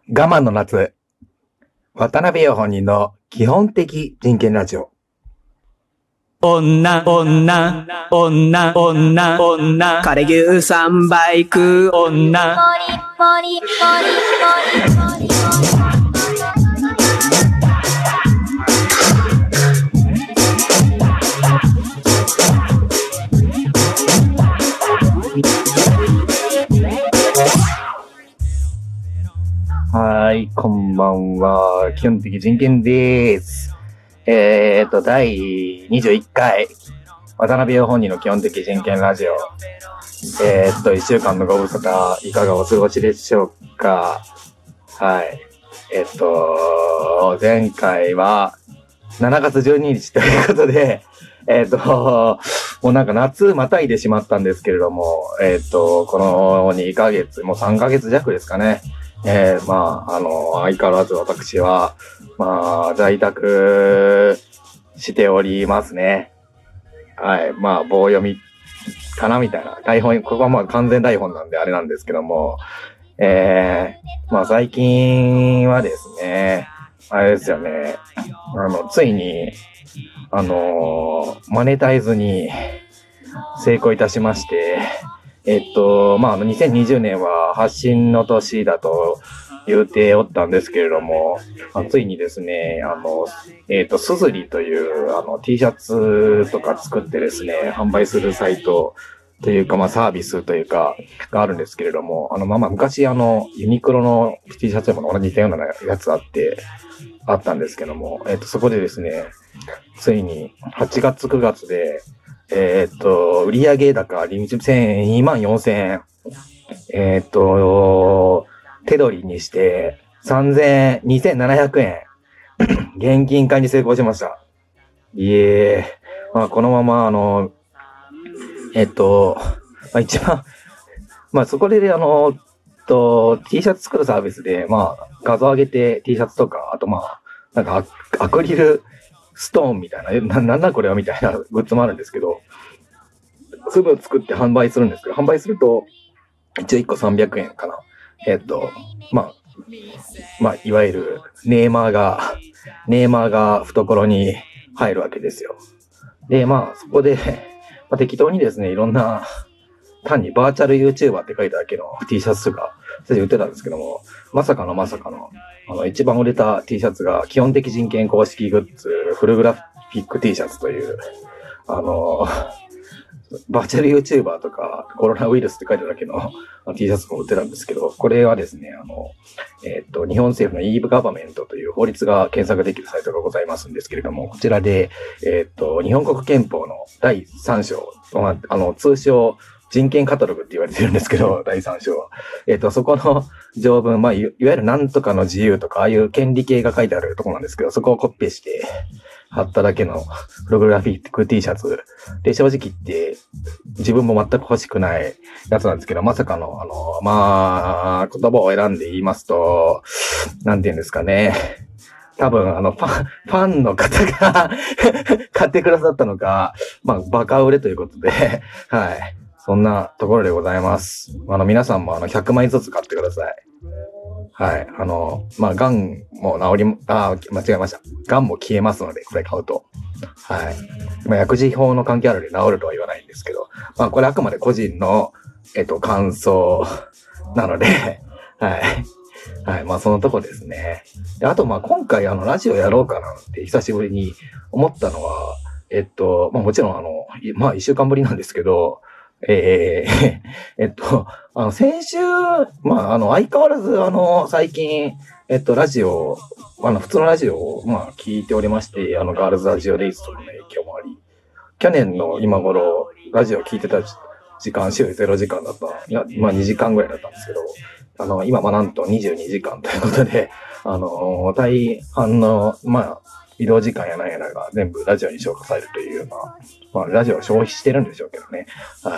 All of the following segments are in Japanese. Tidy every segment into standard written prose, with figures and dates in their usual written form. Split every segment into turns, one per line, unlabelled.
我慢の夏。渡辺陽本人の基本的人権ラジオ。
女、女、女、女、女、カレー牛3倍食う女。ポリポリポリポリポリポリ。
はい、こんばんは。基本的人権です。第21回、渡辺陽本人の基本的人権ラジオ。1週間のご無沙汰、いかがお過ごしでしょうか。はい。前回は、7月12日ということで、もうなんか夏またいでしまったんですけれども、この2ヶ月、もう3ヶ月弱ですかね。相変わらず私は、在宅しておりますね。はい。棒読みかなみたいな。台本、ここは完全台本なんであれなんですけども、最近はですね、あれですよね、ついに、マネタイズに成功いたしまして、2020年は発信の年だと言うておったんですけれども、ついにですね、すずりというT シャツとか作ってですね、販売するサイトというか、サービスというか、があるんですけれども、昔ユニクロの T シャツでも似たようなやつあったんですけども、そこでですね、ついに8月9月で、売上高2万4000円。手取りにして2700円。現金化に成功しました。このまま一番、そこでT シャツ作るサービスで、画像上げて T シャツとか、あとなんかアクリルストーンみたいな、なんだこれはみたいなグッズもあるんですけど、すぐ作って販売するんですけど、販売すると、一応1個300円かな。いわゆるネーマーが懐に入るわけですよ。で、そこで、適当にですね、いろんな、単にバーチャル YouTuber って書いただけの T シャツが、売ってたんですけども、まさかの、一番売れた T シャツが、基本的人権公式グッズ、フルグラフィック T シャツという、バーチャル YouTuber とかコロナウイルスって書いただけの T シャツも売ってたんですけど、これはですね、日本政府の e-government という法律が検索できるサイトがございますんですけれども、こちらで、日本国憲法の第3章、通称人権カタログって言われてるんですけど、第3章は。そこの条文、いわゆるなんとかの自由とか、ああいう権利系が書いてあるところなんですけど、そこをコピペして、貼っただけのプログラフィック T シャツ。で、正直言って、自分も全く欲しくないやつなんですけど、まさかの、言葉を選んで言いますと、なんて言うんですかね。多分、ファンの方が買ってくださったのか、バカ売れということで、はい。そんなところでございます。皆さんも100枚ずつ買ってください。はい。癌も間違えました。癌も消えますので、これ買うと。はい。薬事法の関係あるので治るとは言わないんですけど、これあくまで個人の、感想なので、はい。はい。そのとこですね。であと、今回ラジオやろうかなって久しぶりに思ったのは、もちろん1週間ぶりなんですけど、先週、相変わらず、最近、ラジオ、普通のラジオを、聞いておりまして、ガールズラジオデイズとの影響もあり、去年の今頃、ラジオ聞いてた時間、週0時間だった、2時間ぐらいだったんですけど、今、なんと22時間ということで、大半の、移動時間やなんやらが全部ラジオに消化されるというような、ラジオを消費してるんでしょうけどね。はい。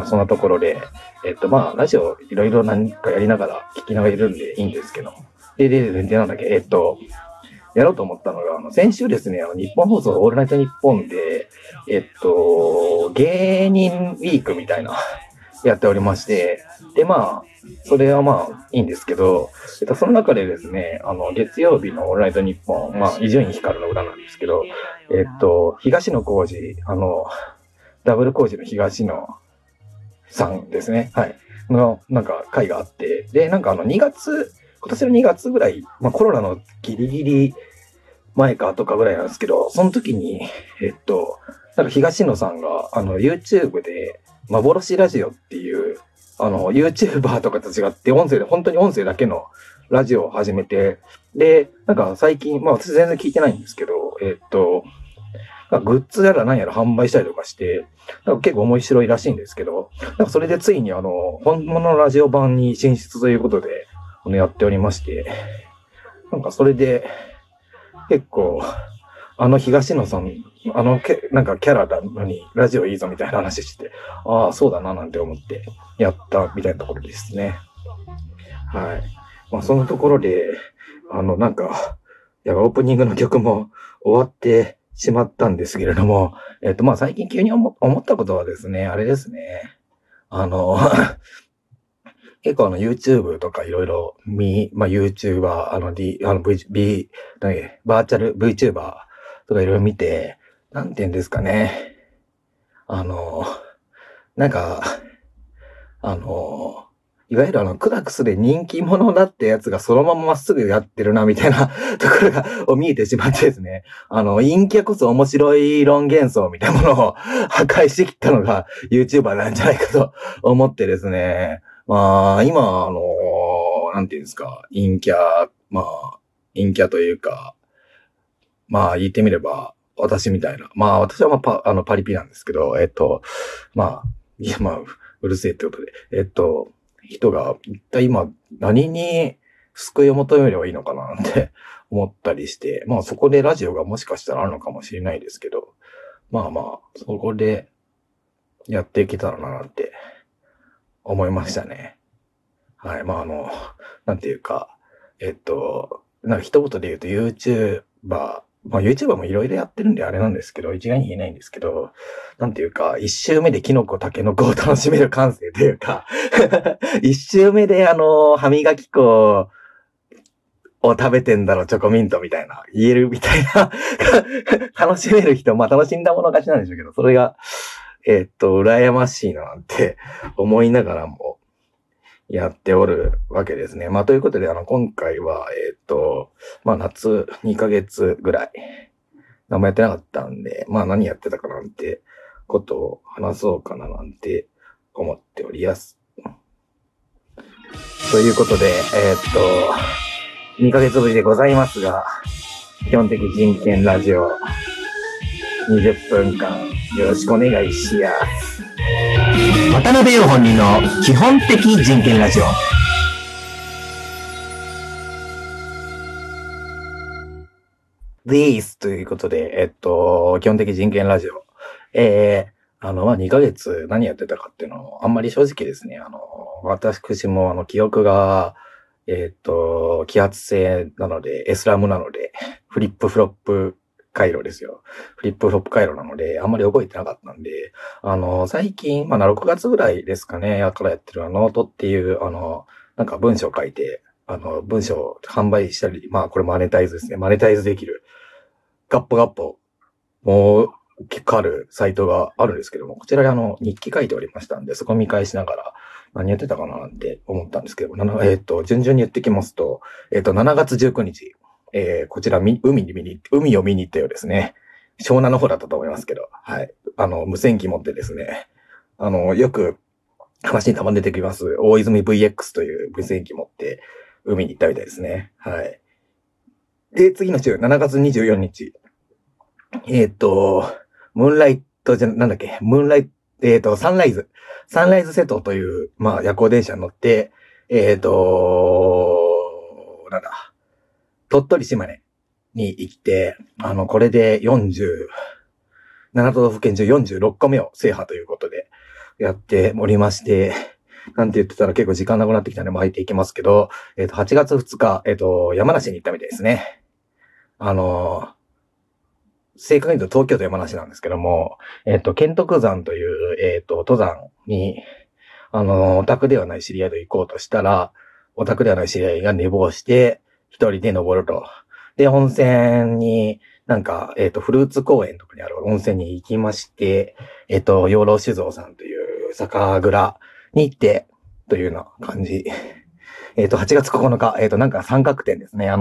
そんなところで、ラジオいろいろ何かやりながら聞きながらいるんでいいんですけど。なんだっけ、やろうと思ったのが、先週ですね、日本放送オールナイトニッポンで、芸人ウィークみたいなやっておりまして、で、まあ、それはまあいいんですけど、その中でですね、月曜日のオールナイトニッポン、まあ、伊集院光の裏なんですけど、東野幸治、ダブル工事の東野さんですね。はい。の、なんか、会があって、で、なんか今年の2月ぐらい、まあコロナのギリギリ前かとかぐらいなんですけど、その時に、なんか東野さんが、YouTube で、幻ラジオっていう、YouTuber とかと違って、本当に音声だけのラジオを始めて、で、なんか最近、まあ私全然聞いてないんですけど、グッズやら何やら販売したりとかして、なんか結構面白いらしいんですけど、なんかそれでついに本物のラジオ版に進出ということで、やっておりまして、なんかそれで、結構、東野さん、なんかキャラなのにラジオいいぞみたいな話して、ああ、そうだななんて思ってやったみたいなところですね。はい。まあそのところで、なんか、オープニングの曲も終わってしまったんですけれども、まあ最近急に思ったことはですね、あれですね。結構YouTube とかいろいろまあ YouTuber、バーチャル VTuber とかいろいろ見て、なんて言うんですかね。なんか、いわゆるクラクスで人気者だったやつがそのまままっすぐやってるな、みたいなところを見えてしまってですね。陰キャこそ面白い論幻想みたいなものを破壊してきたのが YouTuber なんじゃないかと思ってですね。まあ、今、なんていうんですか、陰キャというか、まあ、言ってみれば、私みたいな。まあ、私はパリピなんですけど、まあ、うるせえってことで、人が一体今何に救いを求めればいいのかなって思ったりして、まあそこでラジオがもしかしたらあるのかもしれないですけど、まあまあ、そこでやっていけたらななんて思いましたね。はい。まあなんていうか、なんか一言で言うと まあ YouTuber もいろいろやってるんであれなんですけど、一概に言えないんですけど、なんていうか、一周目でキノコ、タケノコを楽しめる感性というか、一周目で歯磨き粉を食べてんだろ、チョコミントみたいな、言えるみたいな楽しめる人、まあ楽しんだもの勝ちなんでしょうけど、それが、羨ましいなって思いながらも、やっておるわけですね。まあ、ということで、今回は、まあ、夏2ヶ月ぐらい、何もやってなかったんで、まあ、何やってたかなんてことを話そうかななんて思っておりやす。ということで、2ヶ月ぶりでございますが、基本的人権ラジオ、20分間よろしくお願いします。渡辺陽本人の基本的人権ラジオ。ですということで、基本的人権ラジオ。まあ、2ヶ月何やってたかっていうのを、あんまり正直ですね、私も記憶が、揮発性なので、エスラムなので、フリップフロップ回路ですよ。フリップフロップ回路なので、あんまり覚えてなかったんで、最近、まあ、6月ぐらいですかね、からやってるノートっていう、なんか文章を書いて、文章を販売したり、まあ、これマネタイズですね。マネタイズできる、ガッポ、もう、結構あるサイトがあるんですけども、こちらで日記書いておりましたんで、そこ見返しながら、何やってたかなって思ったんですけど、順々に言ってきますと、7月19日、こちら海を見に行ったようですね。湘南の方だったと思いますけど、はい。無線機持ってですね、よく話にたまに出てきます、大泉 VX という無線機持って海に行ったみたいですね。はい。で、次の週、7月24日、ムーンライトなんだっけ、サンライズ瀬戸という、まあ、夜行電車に乗って、なんだ、鳥取島根に行って、これで7都道府県中46個目を制覇ということでやっておりまして、なんて言ってたら結構時間なくなってきたんで巻いていきますけど、8月2日、山梨に行ったみたいですね。正確に言うと東京都山梨なんですけども、剣徳山という、登山に、 オタクではない知り合いと行こうとしたら、オタクではない知り合いが寝坊して、一人で登ると。で、温泉に、なんか、フルーツ公園とかにある温泉に行きまして、養老酒造さんという酒蔵に行って、というような感じ。8月9日、なんか三角点ですね。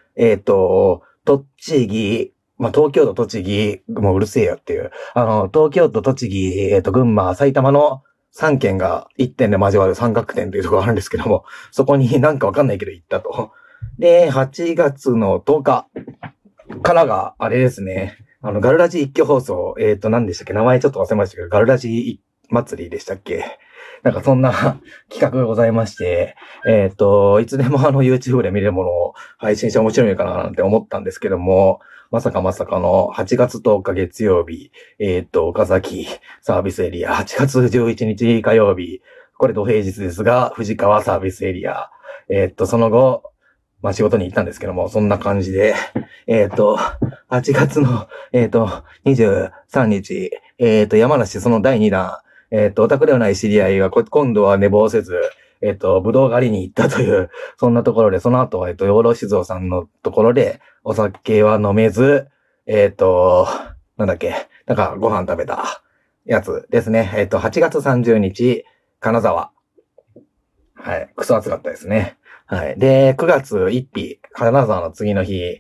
栃木、まあ、東京都栃木、もううるせえよっていう。東京都栃木、群馬、埼玉の3県が1点で交わる三角点というところがあるんですけども、そこになんかわかんないけど行ったと。で、8月の10日からが、あれですね。ガルラジ一挙放送、何でしたっけ、名前ちょっと忘れましたけど、ガルラジ祭りでしたっけ。なんかそんな企画がございまして、いつでもYouTube で見れるものを配信して面白いかななんて思ったんですけども、まさかの8月10日月曜日、岡崎サービスエリア、8月11日火曜日、これ土平日ですが、藤川サービスエリア、その後、まあ、仕事に行ったんですけども、そんな感じで、8月の、23日、山梨その第2弾、オタクではない知り合いが、今度は寝坊せず、ぶどう狩りに行ったという、そんなところで、その後は、養老酒造さんのところで、お酒は飲めず、なんだっけ、なんかご飯食べたやつですね。8月30日、金沢。はい、クソ暑かったですね。はい。で、9月1日、金沢の次の日、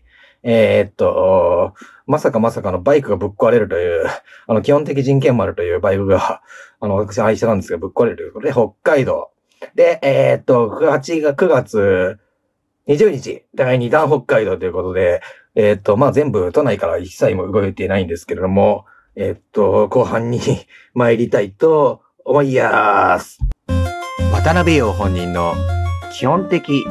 まさかのバイクがぶっ壊れるという、基本的人権丸というバイクが、私愛車なんですが、ぶっ壊れるということで、北海道。で、9月20日、第2弾北海道ということで、まあ、全部都内から一切も動いていないんですけれども、後半に参りたいと思いやーす。渡辺陽本人の基本的